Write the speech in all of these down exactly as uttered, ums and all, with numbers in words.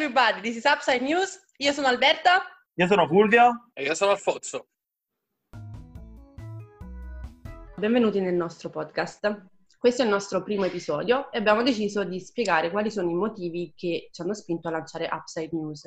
everybody, this is Upside News. Io sono Alberta. Io sono Fulvio. E io sono Alfonso. Benvenuti nel nostro podcast. Questo è il nostro primo episodio e abbiamo deciso di spiegare quali sono i motivi che ci hanno spinto a lanciare Upside News.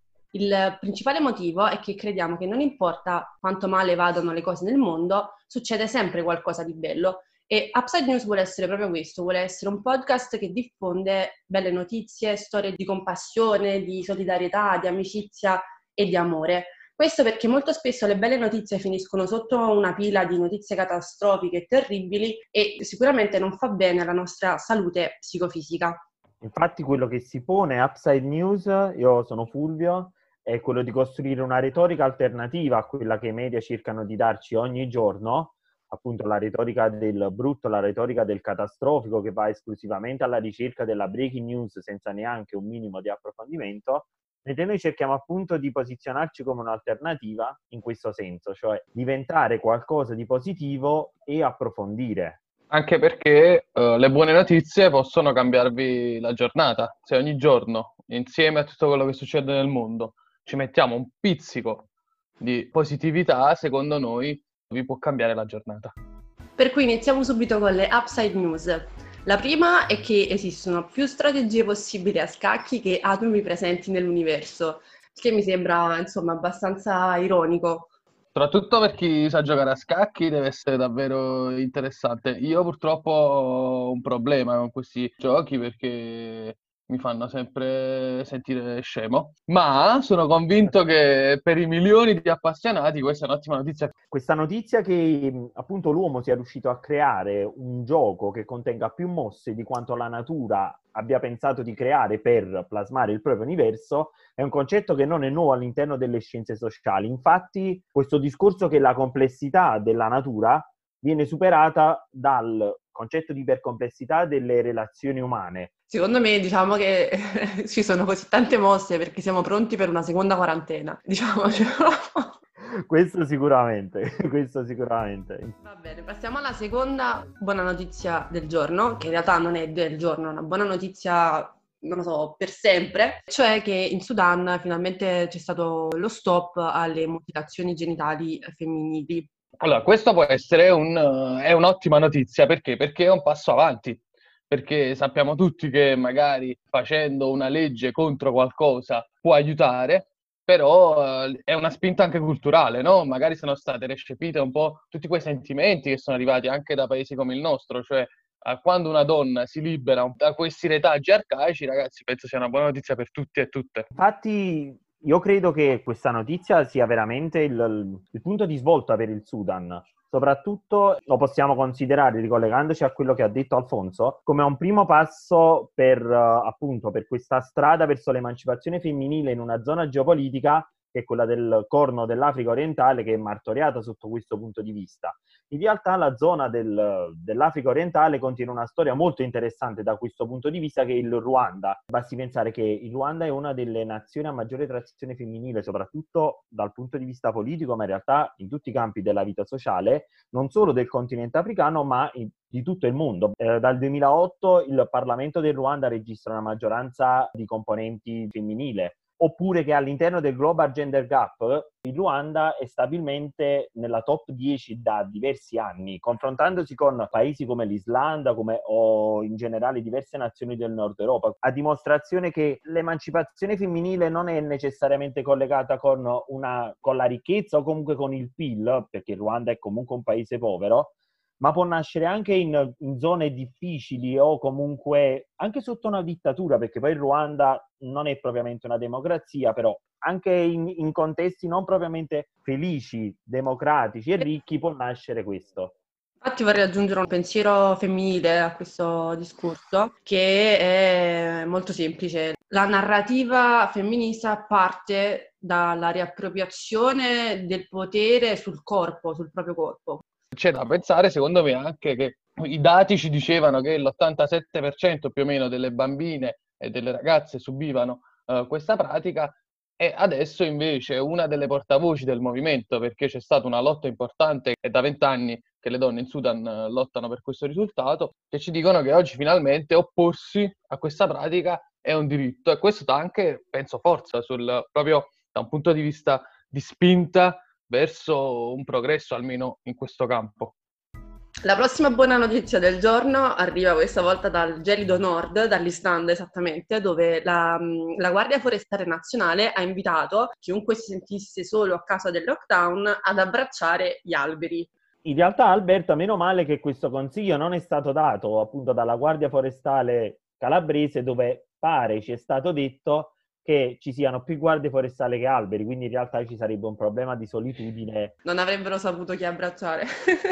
Il principale motivo è che crediamo che non importa quanto male vadano le cose nel mondo, succede sempre qualcosa di bello. E Upside News vuole essere proprio questo, vuole essere un podcast che diffonde belle notizie, storie di compassione, di solidarietà, di amicizia e di amore. Questo perché molto spesso le belle notizie finiscono sotto una pila di notizie catastrofiche e terribili e sicuramente non fa bene alla nostra salute psicofisica. Infatti quello che si pone Upside News, io sono Fulvio, è quello di costruire una retorica alternativa a quella che i media cercano di darci ogni giorno, appunto la retorica del brutto, la retorica del catastrofico che va esclusivamente alla ricerca della breaking news senza neanche un minimo di approfondimento, mentre noi cerchiamo appunto di posizionarci come un'alternativa in questo senso, cioè diventare qualcosa di positivo e approfondire. Anche perché uh, le buone notizie possono cambiarvi la giornata. Se ogni giorno, insieme a tutto quello che succede nel mondo, ci mettiamo un pizzico di positività, secondo noi vi può cambiare la giornata. Per cui iniziamo subito con le Upside News. La prima è che esistono più strategie possibili a scacchi che atomi presenti nell'universo, che mi sembra insomma abbastanza ironico. Soprattutto per chi sa giocare a scacchi deve essere davvero interessante. Io purtroppo ho un problema con questi giochi perché mi fanno sempre sentire scemo, ma sono convinto che per i milioni di appassionati questa è un'ottima notizia. Questa notizia che appunto l'uomo sia riuscito a creare un gioco che contenga più mosse di quanto la natura abbia pensato di creare per plasmare il proprio universo è un concetto che non è nuovo all'interno delle scienze sociali. Infatti questo discorso che la complessità della natura viene superata dal concetto di ipercomplessità delle relazioni umane. Secondo me diciamo che ci sono così tante mosse perché siamo pronti per una seconda quarantena, diciamocelo. Questo sicuramente, questo sicuramente. Va bene, passiamo alla seconda buona notizia del giorno, che in realtà non è del giorno, è una buona notizia, non lo so, per sempre, cioè che in Sudan finalmente c'è stato lo stop alle mutilazioni genitali femminili. Allora, questo può essere un, uh, è un'ottima notizia, perché? Perché è un passo avanti, perché sappiamo tutti che magari facendo una legge contro qualcosa può aiutare, però uh, è una spinta anche culturale, no? Magari sono state recepite un po' tutti quei sentimenti che sono arrivati anche da paesi come il nostro, cioè uh, quando una donna si libera da questi retaggi arcaici, ragazzi, penso sia una buona notizia per tutti e tutte. Infatti io credo che questa notizia sia veramente il, il punto di svolta per il Sudan. Soprattutto lo possiamo considerare, ricollegandoci a quello che ha detto Alfonso, come un primo passo per, uh, appunto, per questa strada verso l'emancipazione femminile in una zona geopolitica che è quella del Corno dell'Africa orientale, che è martoriata sotto questo punto di vista. In realtà la zona del, dell'Africa orientale contiene una storia molto interessante da questo punto di vista, che è il Ruanda. Basti pensare che il Ruanda è una delle nazioni a maggiore transizione femminile, soprattutto dal punto di vista politico, ma in realtà in tutti i campi della vita sociale, non solo del continente africano, ma in, di tutto il mondo. Eh, dal duemilaotto il Parlamento del Ruanda registra una maggioranza di componenti femminile. Oppure che all'interno del Global Gender Gap il Ruanda è stabilmente nella top dieci da diversi anni, confrontandosi con paesi come l'Islanda come, o in generale diverse nazioni del Nord Europa, a dimostrazione che l'emancipazione femminile non è necessariamente collegata con, una, con la ricchezza o comunque con il P I L, perché il Ruanda è comunque un paese povero, ma può nascere anche in, in zone difficili o comunque anche sotto una dittatura, perché poi il Ruanda non è propriamente una democrazia, però anche in, in contesti non propriamente felici, democratici e ricchi può nascere questo. Infatti vorrei aggiungere un pensiero femminile a questo discorso, che è molto semplice. La narrativa femminista parte dalla riappropriazione del potere sul corpo, sul proprio corpo. C'è da pensare, secondo me, anche che i dati ci dicevano che l'ottantasette per cento più o meno delle bambine e delle ragazze subivano uh, questa pratica, e adesso invece una delle portavoci del movimento, perché c'è stata una lotta importante e da vent'anni che le donne in Sudan eh, lottano per questo risultato, che ci dicono che oggi finalmente opporsi a questa pratica è un diritto, e questo dà anche, penso, forza sul, proprio da un punto di vista di spinta verso un progresso, almeno in questo campo. La prossima buona notizia del giorno arriva questa volta dal gelido nord, dall'Islanda esattamente, dove la, la Guardia Forestale Nazionale ha invitato chiunque si sentisse solo a causa del lockdown ad abbracciare gli alberi. In realtà, Alberta, meno male che questo consiglio non è stato dato appunto dalla Guardia Forestale Calabrese, dove pare ci è stato detto che ci siano più guardie forestali che alberi, quindi in realtà ci sarebbe un problema di solitudine. Non avrebbero saputo chi abbracciare.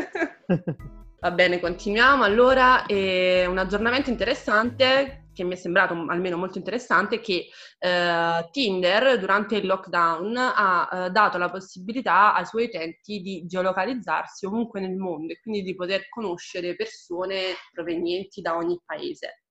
Va bene, continuiamo. Allora, eh, un aggiornamento interessante che mi è sembrato almeno molto interessante, che eh, Tinder durante il lockdown ha eh, dato la possibilità ai suoi utenti di geolocalizzarsi ovunque nel mondo e quindi di poter conoscere persone provenienti da ogni paese.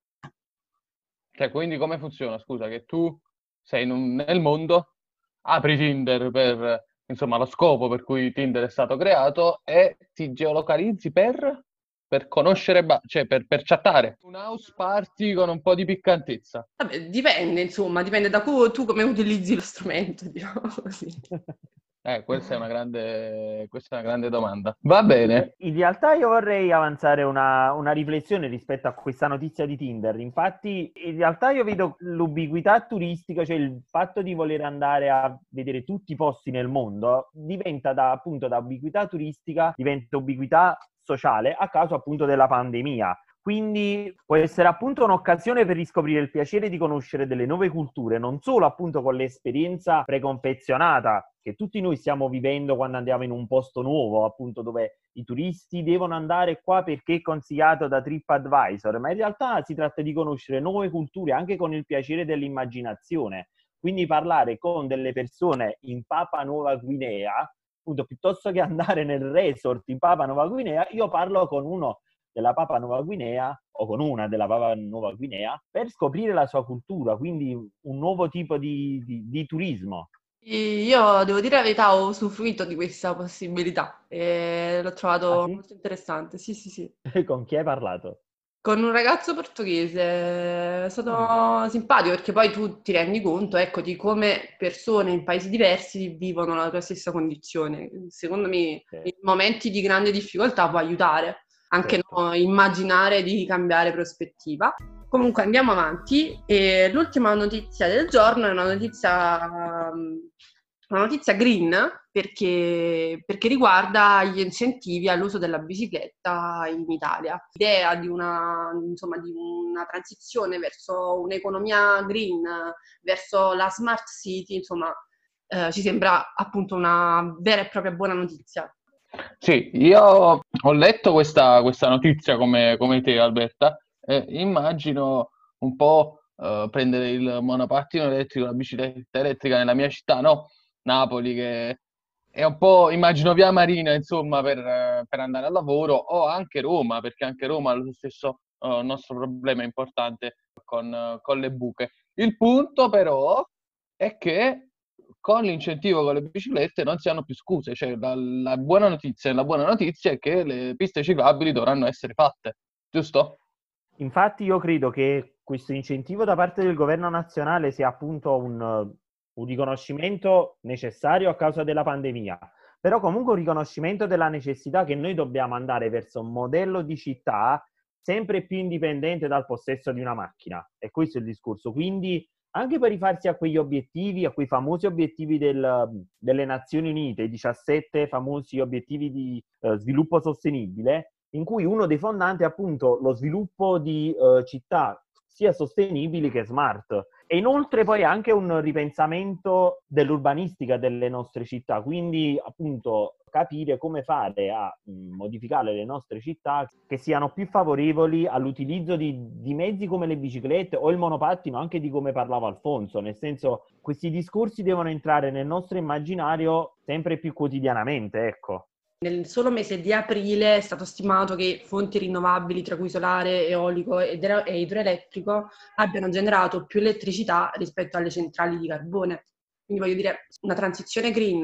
Cioè, quindi come funziona? Scusa, che tu sei in un, nel mondo, apri Tinder per, insomma, lo scopo per cui Tinder è stato creato e ti geolocalizzi per, per conoscere, ba- cioè per, per chattare. Un house party con un po' di piccantezza. Vabbè, dipende, insomma, dipende da cu- tu come utilizzi lo strumento, diciamo così. Eh, questa è una grande, questa è una grande domanda. Va bene. In realtà io vorrei avanzare una, una riflessione rispetto a questa notizia di Tinder. Infatti, in realtà io vedo l'ubiquità turistica, cioè il fatto di voler andare a vedere tutti i posti nel mondo, diventa da, appunto da ubiquità turistica, diventa ubiquità sociale a causa appunto della pandemia. Quindi può essere appunto un'occasione per riscoprire il piacere di conoscere delle nuove culture, non solo appunto con l'esperienza preconfezionata che tutti noi stiamo vivendo quando andiamo in un posto nuovo, appunto dove i turisti devono andare qua perché è consigliato da TripAdvisor, ma in realtà si tratta di conoscere nuove culture anche con il piacere dell'immaginazione. Quindi parlare con delle persone in Papua Nuova Guinea, appunto piuttosto che andare nel resort in Papua Nuova Guinea, io parlo con uno della Papua Nuova Guinea o con una della Papua Nuova Guinea per scoprire la sua cultura, quindi un nuovo tipo di, di, di turismo. Io devo dire la verità, ho usufruito di questa possibilità e l'ho trovato Ah sì? molto interessante. Sì, sì, sì. Con chi hai parlato? Con un ragazzo portoghese è stato Mm. simpatico perché poi tu ti rendi conto, ecco, di come persone in paesi diversi vivono la tua stessa condizione. Secondo me, Sì, in momenti di grande difficoltà può aiutare anche certo. no, immaginare di cambiare prospettiva. Comunque andiamo avanti e l'ultima notizia del giorno è una notizia, una notizia green perché, perché riguarda gli incentivi all'uso della bicicletta in Italia. L'idea di una, insomma, di una transizione verso un'economia green, verso la smart city, insomma, eh, ci sembra appunto una vera e propria buona notizia. Sì, io ho letto questa, questa notizia come, come te, Alberta, e immagino un po' eh, prendere il monopattino elettrico, la bicicletta elettrica nella mia città, no? Napoli, che è un po', immagino via Marina, insomma, per, eh, per andare al lavoro, o anche Roma, perché anche Roma ha lo stesso eh, nostro problema importante con, eh, con le buche. Il punto però è che con l'incentivo con le biciclette non si hanno più scuse, cioè la, la buona notizia, la buona notizia è che le piste ciclabili dovranno essere fatte, giusto? Infatti io credo che questo incentivo da parte del governo nazionale sia appunto un, un riconoscimento necessario a causa della pandemia, però comunque un riconoscimento della necessità che noi dobbiamo andare verso un modello di città sempre più indipendente dal possesso di una macchina. E questo è il discorso. Quindi anche per rifarsi a quegli obiettivi, a quei famosi obiettivi del, delle Nazioni Unite, i diciassette famosi obiettivi di eh, sviluppo sostenibile, in cui uno dei fondanti è appunto lo sviluppo di eh, città sia sostenibili che smart. E inoltre poi anche un ripensamento dell'urbanistica delle nostre città, quindi appunto capire come fare a mh, modificare le nostre città che siano più favorevoli all'utilizzo di, di mezzi come le biciclette o il monopattino, anche di come parlava Alfonso, nel senso questi discorsi devono entrare nel nostro immaginario sempre più quotidianamente, ecco. Nel solo mese di aprile è stato stimato che fonti rinnovabili, tra cui solare, eolico ed ero- e idroelettrico, abbiano generato più elettricità rispetto alle centrali di carbone. Quindi voglio dire, una transizione green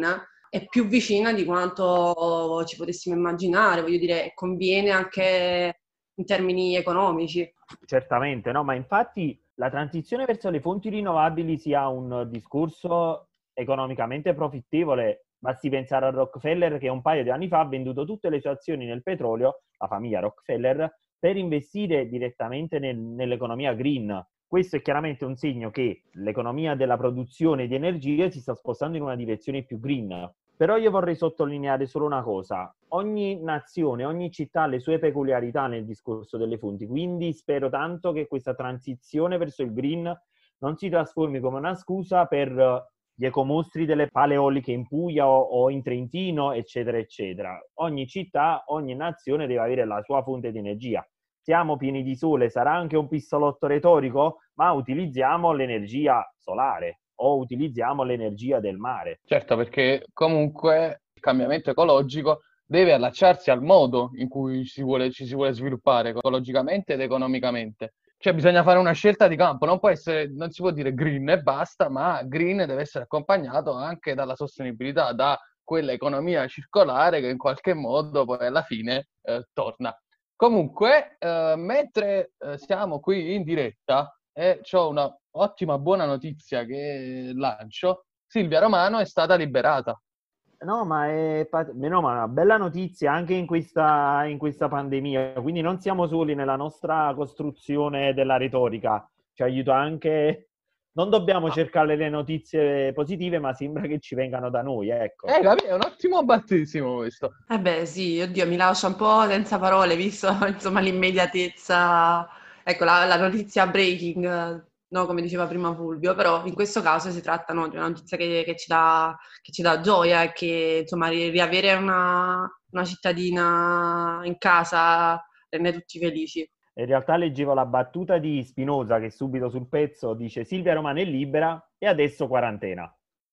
è più vicina di quanto ci potessimo immaginare, voglio dire, conviene anche in termini economici. Certamente, no, ma infatti la transizione verso le fonti rinnovabili sia un discorso economicamente profittevole. Basti pensare a Rockefeller che un paio di anni fa ha venduto tutte le sue azioni nel petrolio, la famiglia Rockefeller, per investire direttamente nel, nell'economia green. Questo è chiaramente un segno che l'economia della produzione di energie si sta spostando in una direzione più green. Però io vorrei sottolineare solo una cosa: ogni nazione, ogni città ha le sue peculiarità nel discorso delle fonti, quindi spero tanto che questa transizione verso il green non si trasformi come una scusa per gli ecomostri delle pale eoliche in Puglia o, o in Trentino, eccetera, eccetera. Ogni città, ogni nazione deve avere la sua fonte di energia. Siamo pieni di sole, sarà anche un pistolotto retorico, ma utilizziamo l'energia solare o utilizziamo l'energia del mare. Certo, perché comunque il cambiamento ecologico deve allacciarsi al modo in cui si vuole, ci si vuole sviluppare ecologicamente ed economicamente. Cioè bisogna fare una scelta di campo, non può essere, non si può dire green e basta, ma green deve essere accompagnato anche dalla sostenibilità, da quella economia circolare che in qualche modo poi alla fine eh, torna. Comunque, eh, mentre eh, siamo qui in diretta e ho una ottima buona notizia che lancio, Silvia Romano è stata liberata. No, ma è no, ma una bella notizia anche in questa, in questa pandemia, quindi non siamo soli nella nostra costruzione della retorica, ci aiuta anche, non dobbiamo cercare le notizie positive, ma sembra che ci vengano da noi, ecco. Eh, capito? È un ottimo battesimo questo. Eh beh, sì, oddio, mi lascia un po' senza parole, visto insomma l'immediatezza, ecco, la, la notizia breaking, no, come diceva prima Fulvio, però in questo caso si tratta, no, di una notizia che, che ci dà, che ci dà gioia e che insomma ri- riavere una, una cittadina in casa rende tutti felici. In realtà leggevo la battuta di Spinoza che subito sul pezzo dice: Silvia Romano è libera e adesso quarantena.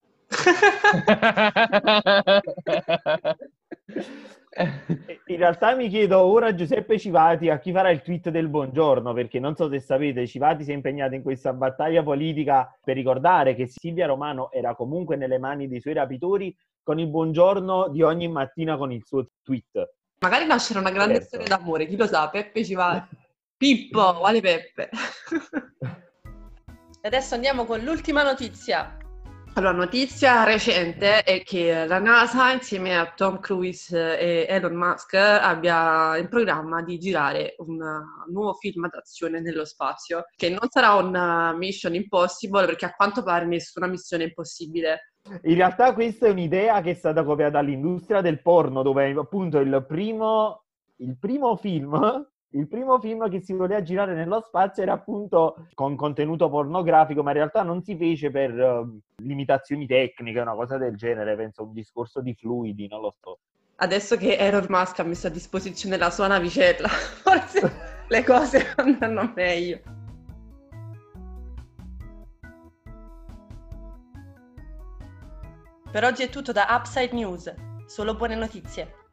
In realtà mi chiedo ora Giuseppe Civati a chi farà il tweet del buongiorno, perché non so se sapete, Civati si è impegnato in questa battaglia politica per ricordare che Silvia Romano era comunque nelle mani dei suoi rapitori con il buongiorno di ogni mattina con il suo tweet. Magari nascerà una grande Certo. storia d'amore, chi lo sa, Peppe Civati. Pippo, quale Peppe? Adesso andiamo con l'ultima notizia. Allora, notizia recente è che la NASA insieme a Tom Cruise e Elon Musk abbia in programma di girare un nuovo film d'azione nello spazio, che non sarà una Mission Impossible perché a quanto pare nessuna missione è impossibile. In realtà questa è un'idea che è stata copiata dall'industria del porno, dove appunto il primo, il primo film... Il primo film che si voleva girare nello spazio era appunto con contenuto pornografico, ma in realtà non si fece per uh, limitazioni tecniche, una cosa del genere, penso un discorso di fluidi, non lo so. Adesso che Elon Musk ha messo a disposizione la sua navicella, forse le cose andranno meglio. Per oggi è tutto da Upside News, solo buone notizie.